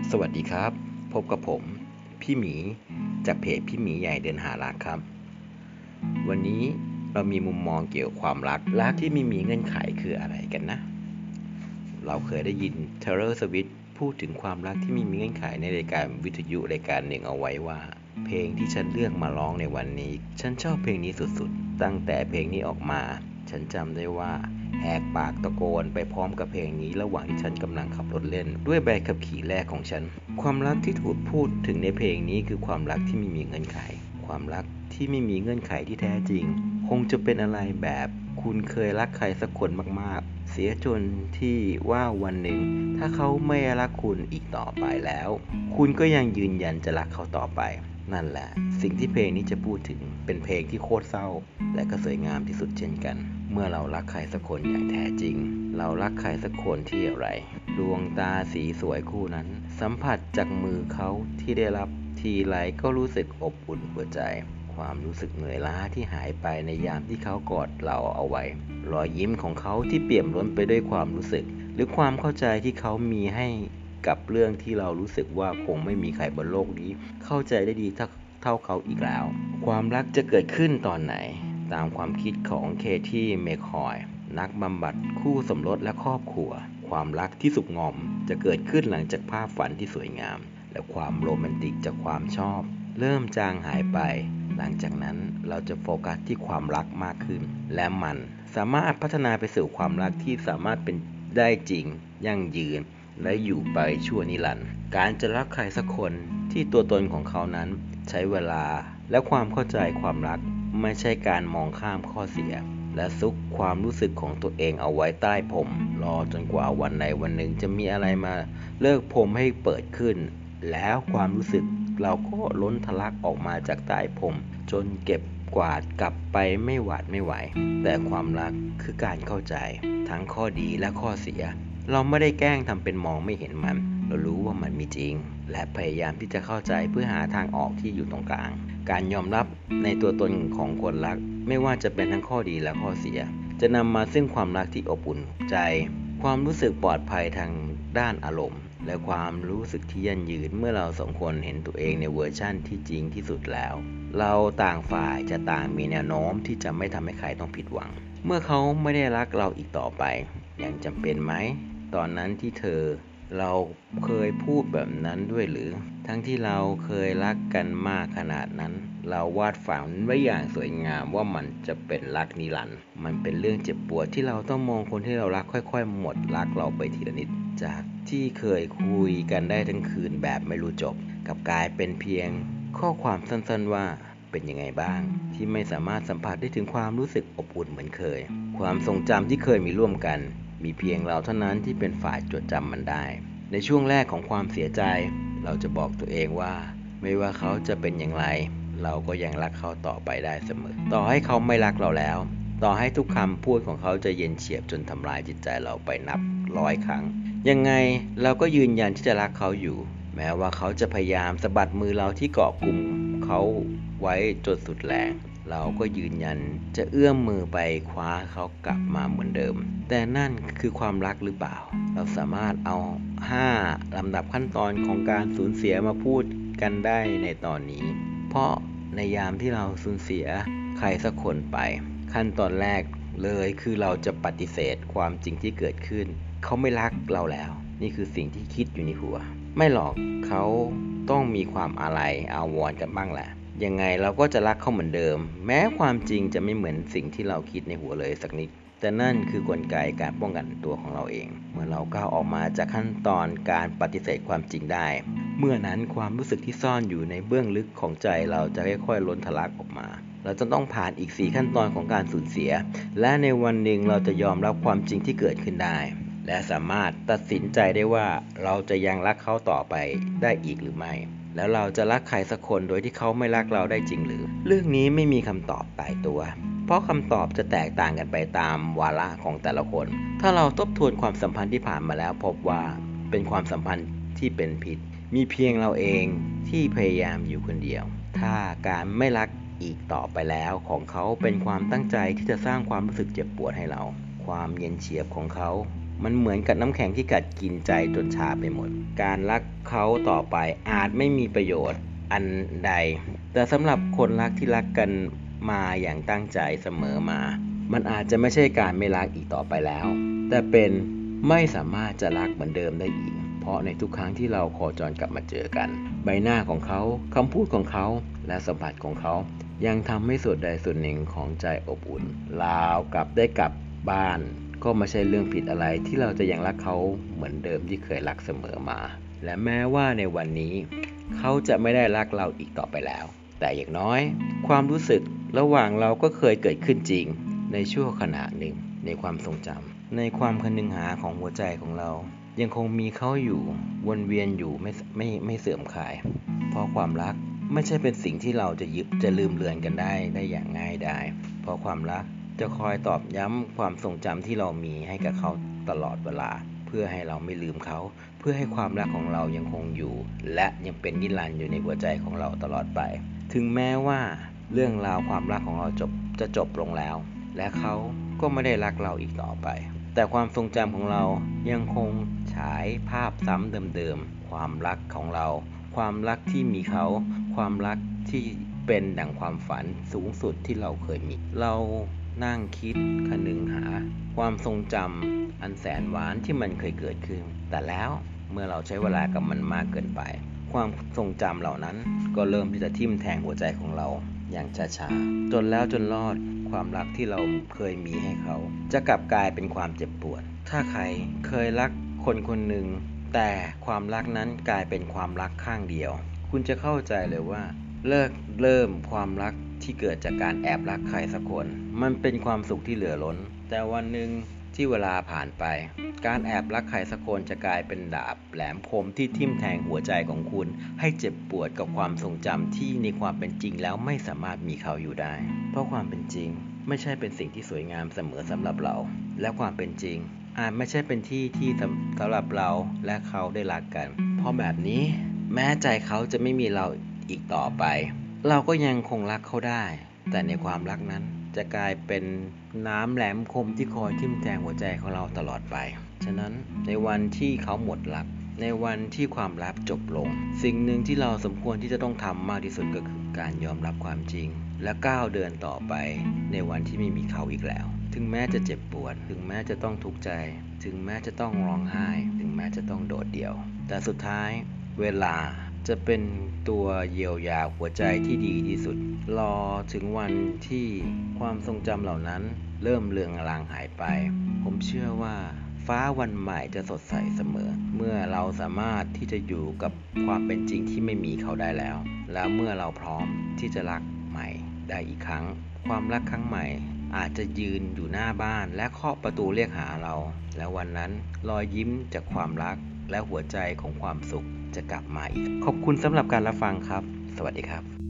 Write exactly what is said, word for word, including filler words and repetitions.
สวัสดีครับพบกับผมพี่หมีจากเพจพี่หมีใหญ่เดินหารักครับวันนี้เรามีมุมมองเกี่ยวกับความรักรักที่ไม่มีเงื่อนไขคืออะไรกันนะเราเคยได้ยิน Taylor Swift พูดถึงความรักที่ไม่มีเงื่อนไขในรายการวิทยุรายการหนึ่งเอาไว้ว่าเพลงที่ฉันเลือกมาร้องในวันนี้ฉันชอบเพลงนี้สุดๆตั้งแต่เพลงนี้ออกมาฉันจำได้ว่าแหกปากตะโกนไปพร้อมกับเพลงนี้ระหว่างที่ฉันกำลังขับรถเล่นด้วยใบขับขี่แรกของฉันความรักที่ถูกพูดถึงในเพลงนี้คือความรักที่ไม่มีเงื่อนไขความรักที่ไม่มีเงื่อนไขที่แท้จริงคงจะเป็นอะไรแบบคุณเคยรักใครสักคนมากๆเสียจนที่ว่าวันหนึ่งถ้าเขาไม่รักคุณอีกต่อไปแล้วคุณก็ยังยืนยันจะรักเขาต่อไปนั่นแหละสิ่งที่เพลงนี้จะพูดถึงเป็นเพลงที่โคตรเศร้าและก็สวยงามที่สุดเช่นกันเมื่อเรารักใครสักคนอย่างแท้จริงเรารักใครสักคนที่อะไรดวงตาสีสวยคู่นั้นสัมผัสจากมือเขาที่ได้รับทีไรก็รู้สึกอบอุ่นหัวใจความรู้สึกเหนื่อยล้าที่หายไปในยามที่เขากอดเราเอาไว้รอยยิ้มของเขาที่เปี่ยมล้นไปด้วยความรู้สึกหรือความเข้าใจที่เขามีให้กับเรื่องที่เรารู้สึกว่าคงไม่มีใครบนโลกนี้เข้าใจได้ดีเท่าเขาอีกแล้วความรักจะเกิดขึ้นตอนไหนตามความคิดของเคที่เมคคอยนักบำบัดคู่สมรสและครอบครัวความรักที่สุขงอมจะเกิดขึ้นหลังจากภาพฝันที่สวยงามและความโรแมนติกจากความชอบเริ่มจางหายไปหลังจากนั้นเราจะโฟกัสที่ความรักมากขึ้นและมันสามารถพัฒนาไปสู่ความรักที่สามารถเป็นได้จริงยั่งยืนและอยู่ไปชั่วนิรันดร์การจะรักใครสักคนที่ตัวตนของเขานั้นใช้เวลาและความเข้าใจความรักไม่ใช่การมองข้ามข้อเสียและซุกความรู้สึกของตัวเองเอาไว้ใต้พรมรอจนกว่าวันไหนวันหนึ่งจะมีอะไรมาเลิกพรมให้เปิดขึ้นแล้วความรู้สึกเราก็ล้นทะลักออกมาจากใต้พรมจนเก็บกวาดกลับไปไม่หวาดไม่ไหวแต่ความรักคือการเข้าใจทั้งข้อดีและข้อเสียเราไม่ได้แกล้งทำเป็นมองไม่เห็นมันเรารู้ว่ามันมีจริงและพยายามที่จะเข้าใจเพื่อหาทางออกที่อยู่ตรงกลางการยอมรับในตัวตนของคนรักไม่ว่าจะเป็นทั้งข้อดีและข้อเสียจะนำมาซึ่งความรักที่อบอุ่นใจความรู้สึกปลอดภัยทางด้านอารมณ์และความรู้สึกที่ยั่งยืนเมื่อเราสองคนเห็นตัวเองในเวอร์ชั่นที่จริงที่สุดแล้วเราต่างฝ่ายจะต่างมีแนวโน้มที่จะไม่ทำให้ใครต้องผิดหวังเมื่อเขาไม่ได้รักเราอีกต่อไปยังจำเป็นไหมตอนนั้นที่เธอเราเคยพูดแบบนั้นด้วยหรือทั้งที่เราเคยรักกันมากขนาดนั้นเราวาดฝันไว้อย่างสวยงามว่ามันจะเป็นรักนิรันดร์มันเป็นเรื่องเจ็บปวดที่เราต้องมองคนที่เรารักค่อยๆหมดรักเราไปทีละนิดจากที่เคยคุยกันได้ทั้งคืนแบบไม่รู้จบกลับกลายเป็นเพียงข้อความสั้นๆว่าเป็นยังไงบ้างที่ไม่สามารถสัมผัสได้ถึงความรู้สึกอบอุ่นเหมือนเคยความทรงจำที่เคยมีร่วมกันมีเพียงเราเท่านั้นที่เป็นฝ่ายจดจำมันได้ในช่วงแรกของความเสียใจเราจะบอกตัวเองว่าไม่ว่าเขาจะเป็นอย่างไรเราก็ยังรักเขาต่อไปได้เสมอต่อให้เขาไม่รักเราแล้วต่อให้ทุกคำพูดของเขาจะเย็นเฉียบจนทำลายจิตใจเราไปนับร้อยครั้งยังไงเราก็ยืนยันที่จะรักเขาอยู่แม้ว่าเขาจะพยายามสะบัดมือเราที่เกาะกลุ่มเขาไว้จนสุดแรงเราก็ยืนยันจะเอื้อมมือไปคว้าเขากลับมาเหมือนเดิมแต่นั่นคือความรักหรือเปล่าเราสามารถเอาห้าลำดับขั้นตอนของการสูญเสียมาพูดกันได้ในตอนนี้เพราะในยามที่เราสูญเสียใครสักคนไปขั้นตอนแรกเลยคือเราจะปฏิเสธความจริงที่เกิดขึ้นเขาไม่รักเราแล้วนี่คือสิ่งที่คิดอยู่ในหัวไม่หรอกเขาต้องมีความอาลัยอาวรณ์กันบ้างแหละยังไงเราก็จะรักเขาเหมือนเดิมแม้ความจริงจะไม่เหมือนสิ่งที่เราคิดในหัวเลยสักนิดแต่นั่นคือกลไกการป้องกันตัวของเราเองเมื่อเราก้าวออกมาจากขั้นตอนการปฏิเสธความจริงได้เมื่อนั้นความรู้สึกที่ซ่อนอยู่ในเบื้องลึกของใจเราจะค่อยๆล้นทะลักออกมาเราจะต้องผ่านอีกสี่ขั้นตอนของการสูญเสียและในวันหนึ่งเราจะยอมรับความจริงที่เกิดขึ้นได้และสามารถตัดสินใจได้ว่าเราจะยังรักเขาต่อไปได้อีกหรือไม่แล้วเราจะรักใครสักคนโดยที่เขาไม่รักเราได้จริงหรือเรื่องนี้ไม่มีคำตอบตายตัวเพราะคำตอบจะแตกต่างกันไปตามวาระของแต่ละคนถ้าเราทบทวนความสัมพันธ์ที่ผ่านมาแล้วพบว่าเป็นความสัมพันธ์ที่เป็นพิษมีเพียงเราเองที่พยายามอยู่คนเดียวถ้าการไม่รักอีกต่อไปแล้วของเขาเป็นความตั้งใจที่จะสร้างความรู้สึกเจ็บปวดให้เราความเย็นเฉียบของเขามันเหมือนกับน้ำแข็งที่กัดกินใจจนชาไปหมดการรักเขาต่อไปอาจไม่มีประโยชน์อันใดแต่สำหรับคนรักที่รักกันมาอย่างตั้งใจเสมอมามันอาจจะไม่ใช่การไม่รักอีกต่อไปแล้วแต่เป็นไม่สามารถจะรักเหมือนเดิมได้อีกเพราะในทุกครั้งที่เราโคจรกลับมาเจอกันใบหน้าของเขาคำพูดของเขาและสัมผัสของเขายังทำให้ส่วนใดส่วนหนึ่งของใจอบอุ่นราวกับได้กลับบ้านก็ไม่ใช่เรื่องผิดอะไรที่เราจะยังรักเขาเหมือนเดิมที่เคยรักเสมอมาและแม้ว่าในวันนี้เขาจะไม่ได้รักเราอีกต่อไปแล้วแต่อย่างน้อยความรู้สึกระหว่างเราก็เคยเกิดขึ้นจริงในชั่วขณะหนึ่งในความทรงจำในความคนึงหาของหัวใจของเรายังคงมีเขาอยู่วนเวียนอยู่ไม่ไม่ไม่เสื่อมคลายเพราะความรักไม่ใช่เป็นสิ่งที่เราจะยึดจะลืมเลือนกันได้ได้อย่างง่ายดายเพราะความรักจะคอยตอบย้ำความทรงจำที่เรามีให้กับเขาตลอดเวลาเพื่อให้เราไม่ลืมเขาเพื่อให้ความรักของเรายังคงอยู่และยังเป็นนิรันดร์อยู่ในหัวใจของเราตลอดไปถึงแม้ว่าเรื่องราวความรักของเราจบจะจบลงแล้วและเขาก็ไม่ได้รักเราอีกต่อไปแต่ความทรงจำของเรายังคงฉายภาพซ้ำเดิมๆความรักของเราความรักที่มีเขาความรักที่เป็นดั่งความฝันสูงสุดที่เราเคยมีเรานั่งคิดคนึงหาความทรงจำอันแสนหวานที่มันเคยเกิดขึ้นแต่แล้วเมื่อเราใช้เวลากับมันมากเกินไปความทรงจำเหล่านั้นก็เริ่มที่จะทิ่มแทงหัวใจของเราอย่างช้าๆจนแล้วจนรอดความรักที่เราเคยมีให้เขาจะกลับกลายเป็นความเจ็บปวดถ้าใครเคยรักคนคนหนึ่งแต่ความรักนั้นกลายเป็นความรักข้างเดียวคุณจะเข้าใจเลยว่าเลิกเริ่มความรักที่เกิดจากการแอบรักใครสักคนมันเป็นความสุขที่เหลือล้นแต่วันหนึ่งที่เวลาผ่านไปการแอบรักใครสักคนจะกลายเป็นดาบแหลมคมที่ทิ่มแทงหัวใจของคุณให้เจ็บปวดกับความทรงจำที่ในความเป็นจริงแล้วไม่สามารถมีเขาอยู่ได้เพราะความเป็นจริงไม่ใช่เป็นสิ่งที่สวยงามเสมอสำหรับเราและความเป็นจริงอาจไม่ใช่เป็นที่ที่สำหรับเราและเขาได้รักกันเพราะแบบนี้แม้ใจเขาจะไม่มีเราอีกต่อไปเราก็ยังคงรักเขาได้แต่ในความรักนั้นจะกลายเป็นน้ำแหลมคมที่คอยทิ่มแทงหัวใจของเราตลอดไปฉะนั้นในวันที่เขาหมดรักในวันที่ความรักจบลงสิ่งหนึ่งที่เราสมควรที่จะต้องทำมากที่สุดก็คือการยอมรับความจริงและก้าวเดินต่อไปในวันที่ไม่มีเขาอีกแล้วถึงแม้จะเจ็บปวดถึงแม้จะต้องทุกข์ใจถึงแม้จะต้องร้องไห้ถึงแม้จะต้องโดดเดี่ยวแต่สุดท้ายเวลาจะเป็นตัวเยียวยาหัวใจที่ดีที่สุดรอถึงวันที่ความทรงจำเหล่านั้นเริ่มเลือนลางหายไปผมเชื่อว่าฟ้าวันใหม่จะสดใสเสมอเมื่อเราสามารถที่จะอยู่กับความเป็นจริงที่ไม่มีเขาได้แล้วแล้วเมื่อเราพร้อมที่จะรักใหม่ได้อีกครั้งความรักครั้งใหม่อาจจะยืนอยู่หน้าบ้านและเคาะประตูเรียกหาเราแล้ววันนั้นรอยยิ้มจากความรักและหัวใจของความสุขจะกลับมาอีกขอบคุณสำหรับการรับฟังครับสวัสดีครับ